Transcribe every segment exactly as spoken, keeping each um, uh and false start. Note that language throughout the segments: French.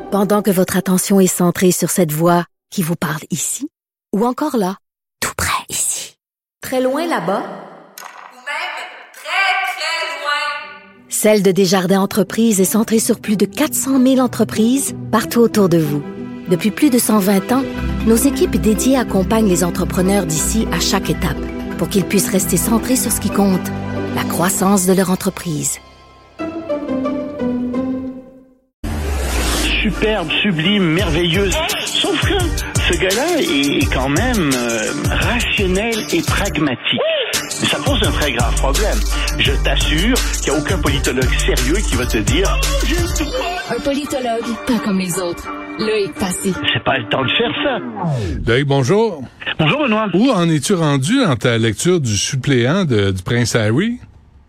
Pendant que votre attention est centrée sur cette voix qui vous parle ici, ou encore là, tout près ici, très loin là-bas, ou même très, très loin. Celle de Desjardins Entreprises est centrée sur plus de quatre cent mille entreprises partout autour de vous. Depuis plus de cent vingt ans, nos équipes dédiées accompagnent les entrepreneurs d'ici à chaque étape pour qu'ils puissent rester centrés sur ce qui compte, la croissance de leur entreprise. Superbe, sublime, merveilleuse. Sauf que ce gars-là est quand même euh, rationnel et pragmatique. Mais ça pose un très grave problème. Je t'assure qu'il n'y a aucun politologue sérieux qui va te dire oh, j'ai le droit. Un politologue, pas comme les autres. Loïc Passy. C'est pas le temps de faire ça. Loïc, bonjour. Bonjour, Benoît. Où en es-tu rendu dans ta lecture du suppléant de, du prince Harry?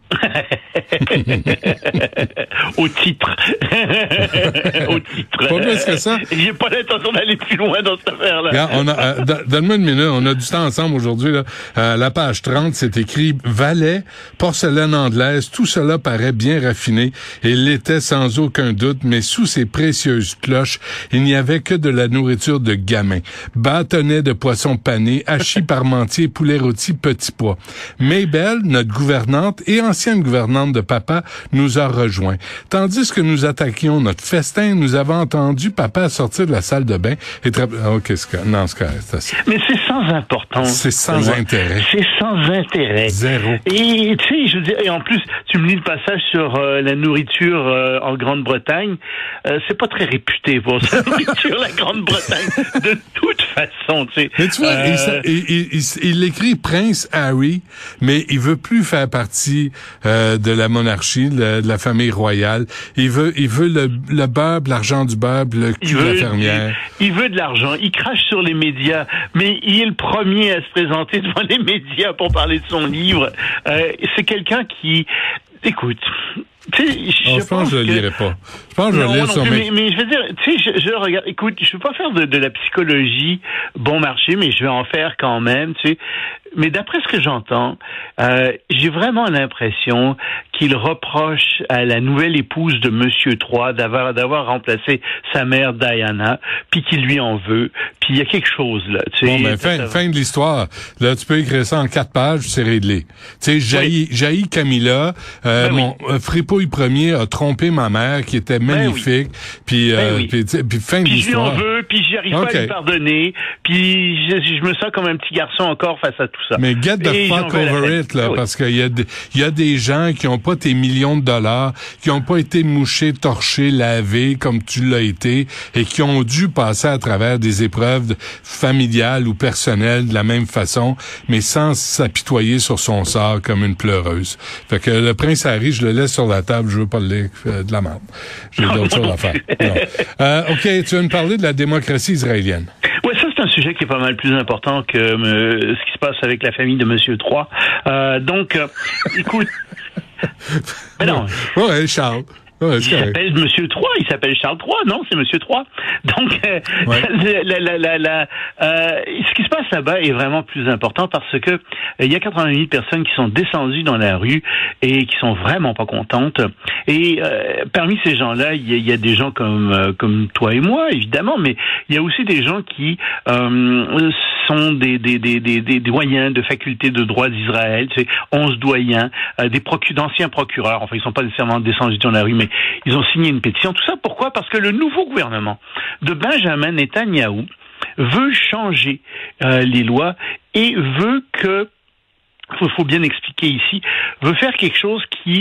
Au titre. Au titre. Pas plus que ça. J'ai pas l'intention d'aller plus loin dans cette affaire-là. Regarde, on a, euh, donne-moi une minute, on a du temps ensemble aujourd'hui, là. Euh, la page trente, c'est écrit « Valet, porcelaine anglaise, tout cela paraît bien raffiné, et l'était sans aucun doute, mais sous ces précieuses cloches, il n'y avait que de la nourriture de gamin. Bâtonnets de poissons panés, hachis parmentier, poulet rôti, petits pois. Mabel, notre gouvernante et ancienne gouvernante de papa, nous a rejoints. Tandis que nous attaquions notre festin, nous avons entendu papa sortir de la salle de bain et tra- oh, qu'est-ce que non, c'est correct, c'est assez. Mais c'est sans importance. C'est sans moi. intérêt. C'est sans intérêt. Zéro. Et tu sais, je veux dire, et en plus, tu me lis le passage sur euh, la nourriture euh, en Grande-Bretagne. Euh, c'est pas très réputé pour sa nourriture, la Grande-Bretagne, de toute façon, tu sais. Mais tu vois, euh... il, il, il, il écrit Prince Harry, mais il veut plus faire partie euh, de la monarchie, de, de la famille royale. Il veut, il veut le, le beurre, l'argent du beurre, le cul de la fermière. Il, il veut de l'argent. Il crache sur les médias, mais il est le premier à se présenter devant les médias pour parler de son livre. Euh, c'est quelqu'un qui, écoute. Tu sais, je, oh, je pense que je le lirai pas. Je pense que je vais le lire sur mes... mes... mais, mais je veux dire, tu sais, je, je regarde, écoute, je veux pas faire de, de la psychologie bon marché, mais je vais en faire quand même, tu sais. Mais d'après ce que j'entends, euh, j'ai vraiment l'impression qu'il reproche à la nouvelle épouse de Monsieur trois d'avoir d'avoir remplacé sa mère Diana, puis qu'il lui en veut, puis il y a quelque chose là. Tu sais, bon, ben fin, fin de l'histoire. Là, tu peux écrire ça en quatre pages, c'est réglé. Tu sais, jaillit, oui. jaillit Camilla, euh, ben mon oui. euh, Fripouille Premier a trompé ma mère, qui était magnifique, ben oui. puis ben euh, oui. puis, puis fin puis de l'histoire. Puis je lui en veux, puis j'y arrive okay. pas à lui pardonner, puis je, je me sens comme un petit garçon encore face à tout ça. Mais get the Et fuck over it, là, oui. parce qu'il y a, il y a des gens qui ont pas tes millions de dollars, qui ont pas été mouchés, torchés, lavés comme tu l'as été, et qui ont dû passer à travers des épreuves familiales ou personnelles de la même façon, mais sans s'apitoyer sur son sort comme une pleureuse. Fait que le prince Harry, je le laisse sur la table, je veux pas le lire, euh, de la merde. J'ai d'autres choses à faire. Non. Euh, OK, tu vas nous parler de la démocratie israélienne. Ouais, ça c'est un sujet qui est pas mal plus important que euh, ce qui se passe avec la famille de Monsieur trois. Euh, donc, euh, écoute, mais non. Ouais, Charles. Ouais, il s'appelle Monsieur trois, il s'appelle Charles trois, non, c'est Monsieur trois. Donc, euh, ouais. la, la, la, la, euh, ce qui se passe là-bas est vraiment plus important parce que euh, il y a quatre-vingt mille personnes qui sont descendues dans la rue et qui sont vraiment pas contentes. Et euh, parmi ces gens-là, il y, y a des gens comme euh, comme toi et moi, évidemment, mais il y a aussi des gens qui euh, sont des des des des, des doyens de faculté de droit d'Israël, tu sais, onze doyens, euh, des procu- d'anciens procureurs. Enfin, ils sont pas nécessairement descendus dans la rue, mais ils ont signé une pétition. Tout ça, pourquoi? Parce que le nouveau gouvernement de Benjamin Netanyahou veut changer euh, les lois et veut que, il faut bien expliquer ici, veut faire quelque chose qui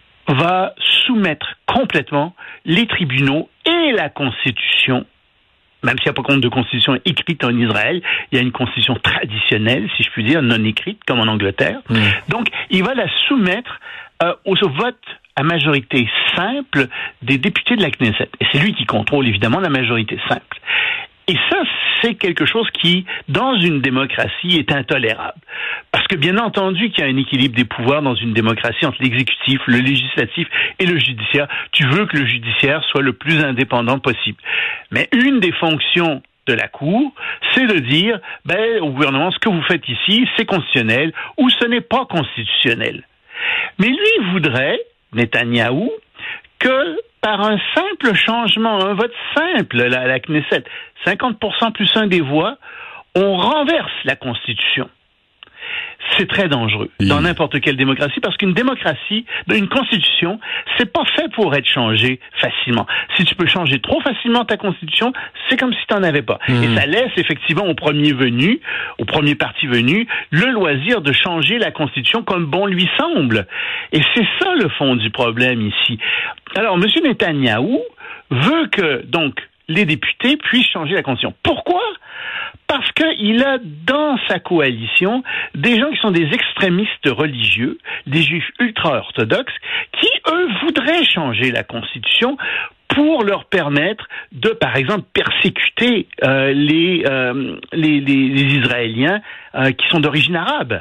va soumettre complètement les tribunaux et la Constitution. Même s'il n'y a pas compte de constitution écrite en Israël, il y a une constitution traditionnelle, si je puis dire, non écrite, comme en Angleterre. Mmh. Donc, il va la soumettre euh, au vote à majorité simple des députés de la Knesset. Et c'est lui qui contrôle, évidemment, la majorité simple. Et ça, c'est quelque chose qui, dans une démocratie, est intolérable. Parce que, bien entendu, qu'il y a un équilibre des pouvoirs dans une démocratie entre l'exécutif, le législatif et le judiciaire. Tu veux que le judiciaire soit le plus indépendant possible. Mais une des fonctions de la Cour, c'est de dire, ben, au gouvernement, ce que vous faites ici, c'est constitutionnel ou ce n'est pas constitutionnel. Mais lui voudrait, Netanyahou, que par un simple changement, un vote simple à la, la Knesset, cinquante pour cent plus un des voix, on renverse la Constitution. C'est très dangereux mmh. dans n'importe quelle démocratie, parce qu'une démocratie, une constitution, c'est pas fait pour être changé facilement. Si tu peux changer trop facilement ta constitution, c'est comme si tu n'en avais pas. Mmh. Et ça laisse effectivement au premier venu, au premier parti venu, le loisir de changer la constitution comme bon lui semble. Et c'est ça le fond du problème ici. Alors, M. Netanyahou veut que, donc, les députés puissent changer la constitution. Pourquoi? Parce qu'il a dans sa coalition des gens qui sont des extrémistes religieux, des juifs ultra-orthodoxes, qui, eux, voudraient changer la Constitution pour leur permettre de, par exemple, persécuter euh, les, euh, les, les, les Israéliens euh, qui sont d'origine arabe.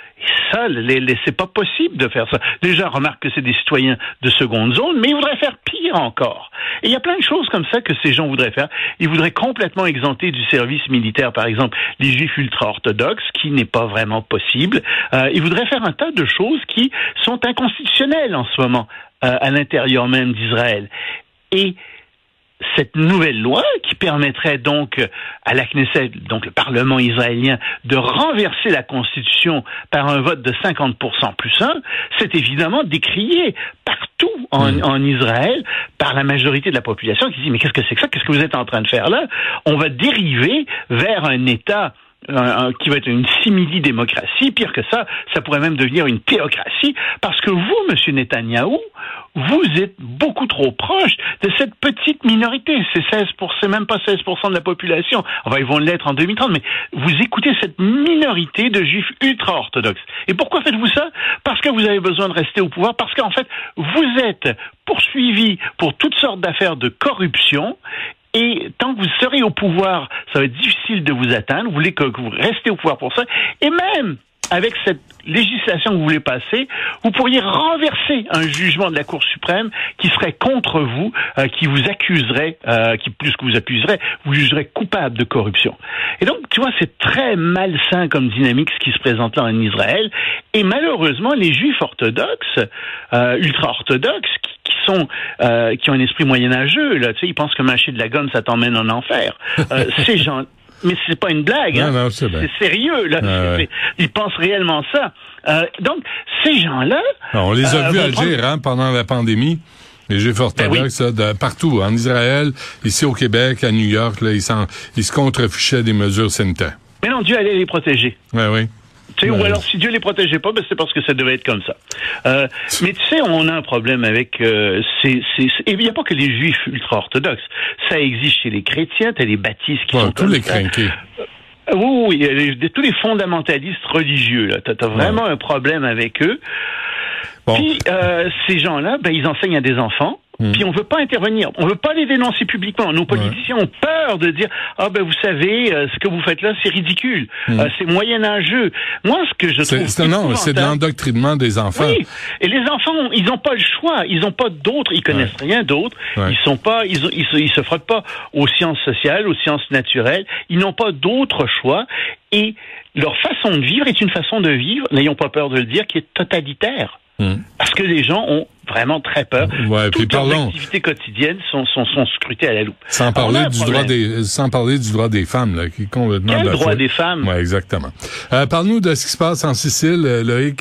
Et ça, les, les, c'est pas possible de faire ça. Déjà, remarque que c'est des citoyens de seconde zone, mais ils voudraient faire pire encore. Et il y a plein de choses comme ça que ces gens voudraient faire. Ils voudraient complètement exempter du service militaire, par exemple, les juifs ultra-orthodoxes, qui n'est pas vraiment possible. Euh, ils voudraient faire un tas de choses qui sont inconstitutionnelles en ce moment, euh, à l'intérieur même d'Israël. Et cette nouvelle loi qui permettrait donc à la Knesset, donc le Parlement israélien, de renverser la Constitution par un vote de cinquante pour cent plus un, c'est évidemment décrié partout en, mmh. en Israël par la majorité de la population qui dit « Mais qu'est-ce que c'est que ça? Qu'est-ce que vous êtes en train de faire là? » On va dériver vers un État Un, un, qui va être une simili-démocratie. Pire que ça, ça pourrait même devenir une théocratie, parce que vous, M. Netanyahou, vous êtes beaucoup trop proche de cette petite minorité. C'est seize pour cent, c'est même pas seize pour cent de la population. Enfin, ils vont l'être en deux mille trente, mais vous écoutez cette minorité de juifs ultra-orthodoxes. Et pourquoi faites-vous ça? Parce que vous avez besoin de rester au pouvoir, parce qu'en fait, vous êtes poursuivi pour toutes sortes d'affaires de corruption. Et tant que vous serez au pouvoir, ça va être difficile de vous atteindre. Vous voulez que, que vous restez au pouvoir pour ça. Et même avec cette législation que vous voulez passer, vous pourriez renverser un jugement de la Cour suprême qui serait contre vous, euh, qui vous accuserait, euh, qui plus que vous accuserait, vous jugerait coupable de corruption. Et donc, tu vois, c'est très malsain comme dynamique ce qui se présente là en Israël. Et malheureusement, les Juifs orthodoxes, euh, ultra-orthodoxes, qui qui sont euh, qui ont un esprit moyenâgeux, là, tu sais, ils pensent que mâcher de la gomme, ça t'emmène en enfer. Euh, ces gens, mais c'est pas une blague, hein. Non, non, c'est, c'est sérieux, là. Ah, ouais. Ils pensent réellement ça. Euh, donc, ces gens-là... Alors, on les a euh, vus agir, prendre... hein, pendant la pandémie. Les Juifs orthodoxes, ben oui. là, de, partout, en Israël, ici au Québec, à New York, là, ils, ils se contrefichaient des mesures sanitaires. Mais non, Dieu allait les protéger. Oui, oui. Tu sais, ouais. Ou alors, si Dieu les protégeait pas, ben c'est parce que ça devait être comme ça. Euh, mais tu sais, on a un problème avec... Euh, ces, ces, et il n'y a pas que les Juifs ultra-orthodoxes. Ça existe chez les chrétiens, t'as les baptistes qui ouais, sont... tous les crinqués. Euh, oui, oui, les, tous les fondamentalistes religieux, là. T'as, t'as vraiment ouais. un problème avec eux. Bon. Puis, euh, ces gens-là, ben, ils enseignent à des enfants. Mmh. Puis on veut pas intervenir, on veut pas les dénoncer publiquement. Nos politiciens ouais. ont peur de dire ah ben vous savez euh, ce que vous faites là c'est ridicule, mmh. euh, c'est moyenâgeux. Moi ce que je c'est, trouve c'est non, c'est de l'endoctrinement des enfants. Oui, et les enfants ils n'ont pas le choix, ils n'ont pas d'autres, ils connaissent ouais. rien d'autre, ouais. ils sont pas, ils, ils, se, ils se frottent pas aux sciences sociales, aux sciences naturelles, ils n'ont pas d'autre choix et leur façon de vivre est une façon de vivre, n'ayons pas peur de le dire, qui est totalitaire. Mmh. Parce que les gens ont vraiment très peur. Ouais, Toutes leurs parlons. activités quotidiennes sont, sont, sont scrutées à la loupe. Sans parler du droit des, sans parler du droit des femmes, là, qui est complètement... Quel droit des femmes? Ouais, exactement. Euh, parle-nous de ce qui se passe en Sicile, Loïc.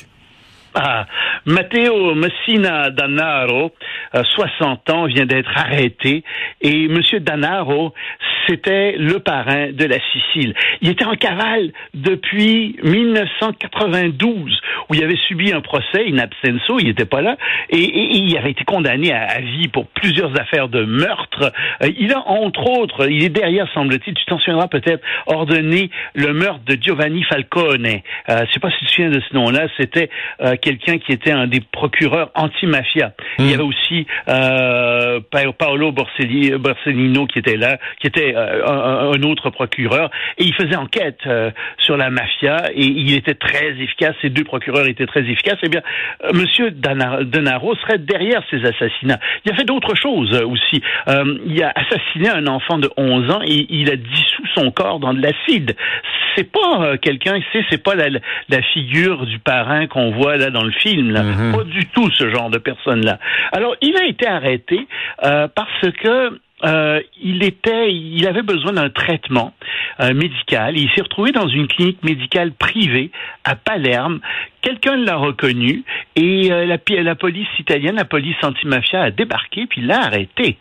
Ah, Matteo Messina Danaro, euh, soixante ans, vient d'être arrêté. Et Monsieur Danaro, c'était le parrain de la Sicile. Il était en cavale depuis dix-neuf cent quatre-vingt-douze, où il avait subi un procès in absenso, il n'était pas là, et, et, et il avait été condamné à, à vie pour plusieurs affaires de meurtre. Euh, il a, entre autres, il est derrière, semble-t-il, tu t'en souviendras peut-être, ordonné le meurtre de Giovanni Falcone. Euh, je ne sais pas si tu te souviens de ce nom-là, c'était euh, quelqu'un qui était un des procureurs anti-mafia. Mmh. Il y avait aussi euh, Paolo Borsellino qui était là, qui était euh, un, un autre procureur et il faisait enquête euh, sur la mafia et il était très efficace. Ces deux procureurs étaient très efficaces. Eh bien, euh, Monsieur Denaro serait derrière ces assassinats. Il a fait d'autres choses euh, aussi. Euh, il a assassiné un enfant de onze ans et il a dissous son corps dans de l'acide. C'est pas euh, quelqu'un, c'est c'est pas la, la figure du parrain qu'on voit là dans le film. Là. Mm-hmm. Pas du tout ce genre de personne-là. Alors, il a été arrêté euh, parce que Euh, il était, il avait besoin d'un traitement euh, médical et il s'est retrouvé dans une clinique médicale privée à Palerme. Quelqu'un l'a reconnu et euh, la, la police italienne, la police antimafia a débarqué puis l'a arrêté.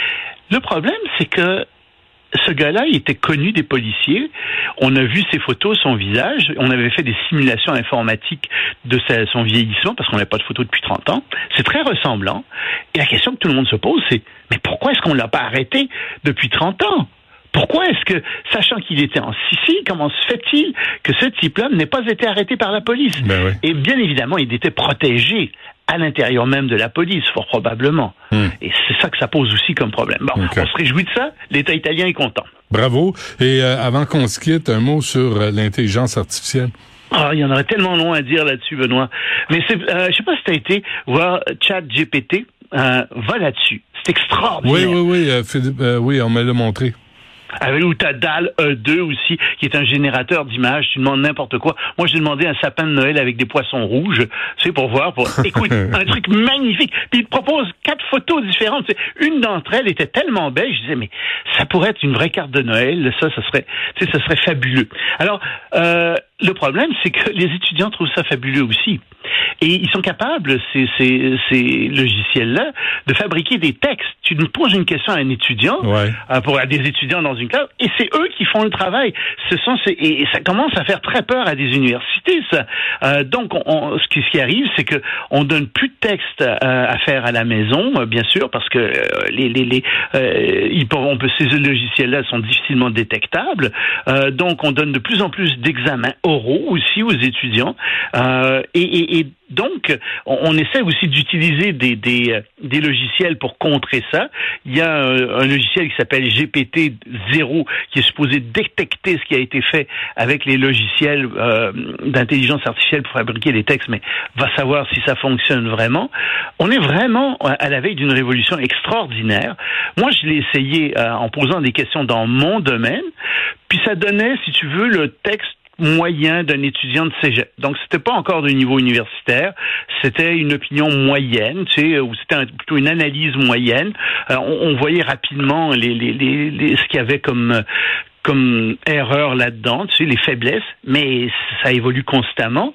Le problème, c'est que ce gars-là, il était connu des policiers. On a vu ses photos, son visage. On avait fait des simulations informatiques de sa, son vieillissement parce qu'on n'avait pas de photos depuis trente ans. C'est très ressemblant. Et la question que tout le monde se pose, c'est mais pourquoi est-ce qu'on l'a pas arrêté depuis trente ans? Pourquoi est-ce que, sachant qu'il était en Sicile, comment se fait-il que ce type-là n'ait pas été arrêté par la police? Ben oui. Et bien évidemment, il était protégé à l'intérieur même de la police, fort probablement. Mm. Et c'est ça que ça pose aussi comme problème. Bon, okay. On se réjouit de ça. L'État italien est content. Bravo. Et euh, avant qu'on se quitte, un mot sur euh, l'intelligence artificielle. Ah, il y en aurait tellement long à dire là-dessus, Benoît. Mais c'est, euh, je sais pas si tu as été voir ChatGPT. Euh, va là-dessus. C'est extraordinaire. Oui, oui, oui. Euh, Philippe, euh, oui, on me l'a montré. Avec ou t'as D A L E deux aussi, qui est un générateur d'images. Tu demandes n'importe quoi. Moi, j'ai demandé un sapin de Noël avec des poissons rouges. C'est pour voir. Pour... Écoute, un truc magnifique. Puis il te propose quatre photos différentes. Une d'entre elles était tellement belle. Je disais, mais ça pourrait être une vraie carte de Noël. Ça, ça serait, tu sais, ça serait fabuleux. Alors, euh, le problème, c'est que les étudiants trouvent ça fabuleux aussi. Et ils sont capables, ces, ces, ces logiciels-là, de fabriquer des textes. Tu nous poses une question à un étudiant, ouais. euh, pour à des étudiants dans une classe, et c'est eux qui font le travail. Ce sont ces, et ça commence à faire très peur à des universités, ça. Euh, donc, on, on, ce, qui, ce qui arrive, c'est que on donne plus de textes euh, à faire à la maison, euh, bien sûr, parce que euh, les, les, les, euh, ils peuvent, on peut, ces logiciels-là sont difficilement détectables. Euh, donc, on donne de plus en plus d'examens oraux aussi aux étudiants, euh, et, et, et donc, on, on essaie aussi d'utiliser des, des, des logiciels pour contrer ça. Il y a un, un logiciel qui s'appelle G P T zéro qui est supposé détecter ce qui a été fait avec les logiciels euh, d'intelligence artificielle pour fabriquer les textes, mais va savoir si ça fonctionne vraiment. On est vraiment à la veille d'une révolution extraordinaire. Moi, je l'ai essayé euh, en posant des questions dans mon domaine, puis ça donnait, si tu veux, le texte moyen d'un étudiant de cégep. Donc, c'était pas encore de niveau universitaire, c'était une opinion moyenne, tu sais, ou c'était un, plutôt une analyse moyenne. Euh, on, on voyait rapidement les, les, les, les, ce qu'il y avait comme comme erreur là-dedans, tu sais, les faiblesses, mais ça évolue constamment.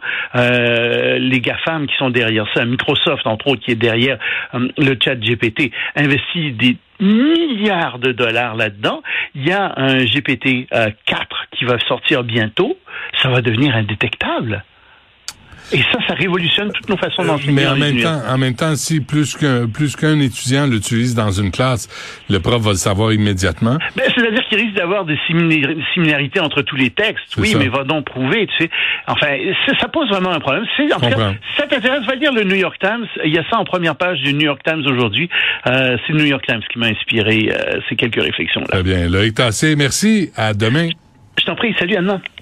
Euh, les GAFAM qui sont derrière ça, Microsoft, entre autres, qui est derrière euh, le ChatGPT, investit des milliards de dollars là-dedans. Il y a un G P T quatre qui va sortir bientôt. Ça va devenir indétectable. Et ça, ça révolutionne toutes nos façons d'enseigner. Mais en même temps, en même temps, si plus qu'un plus qu'un étudiant l'utilise dans une classe, le prof va le savoir immédiatement. Ben, c'est-à-dire qu'il risque d'avoir des similarités entre tous les textes. C'est oui, ça. Mais va donc prouver, tu sais. Enfin, ça pose vraiment un problème. C'est, en tout cas, si ça t'intéresse, va lire le New York Times. Il y a ça en première page du New York Times aujourd'hui. Euh, c'est le New York Times qui m'a inspiré euh, ces quelques réflexions-là. Très bien. Loïc Tassé, merci. À demain. Je t'en prie. Salut, Anna.